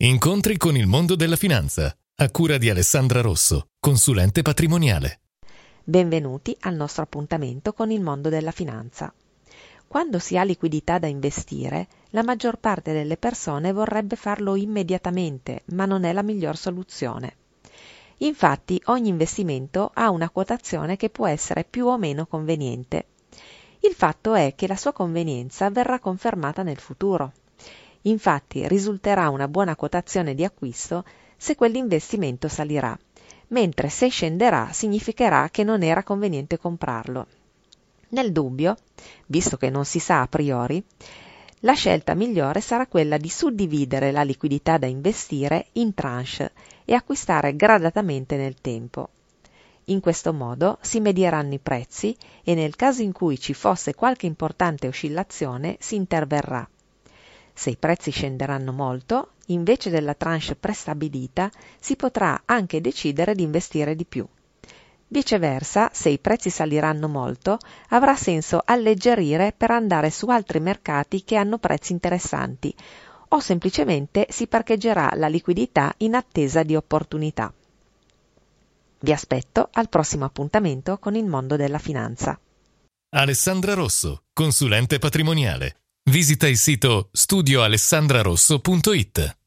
Incontri con il mondo della finanza, a cura di Alessandra Rosso, consulente patrimoniale. Benvenuti al nostro appuntamento con il mondo della finanza. Quando si ha liquidità da investire, la maggior parte delle persone vorrebbe farlo immediatamente, ma non è la miglior soluzione. Infatti, ogni investimento ha una quotazione che può essere più o meno conveniente. Il fatto è che la sua convenienza verrà confermata nel futuro. Infatti, risulterà una buona quotazione di acquisto se quell'investimento salirà, mentre se scenderà significherà che non era conveniente comprarlo. Nel dubbio, visto che non si sa a priori, la scelta migliore sarà quella di suddividere la liquidità da investire in tranche e acquistare gradatamente nel tempo. In questo modo si medieranno i prezzi e nel caso in cui ci fosse qualche importante oscillazione si interverrà. Se i prezzi scenderanno molto, invece della tranche prestabilita, si potrà anche decidere di investire di più. Viceversa, se i prezzi saliranno molto, avrà senso alleggerire per andare su altri mercati che hanno prezzi interessanti, o semplicemente si parcheggerà la liquidità in attesa di opportunità. Vi aspetto al prossimo appuntamento con il mondo della finanza. Alessandra Rosso, consulente patrimoniale. Visita il sito studioalessandrarosso.it.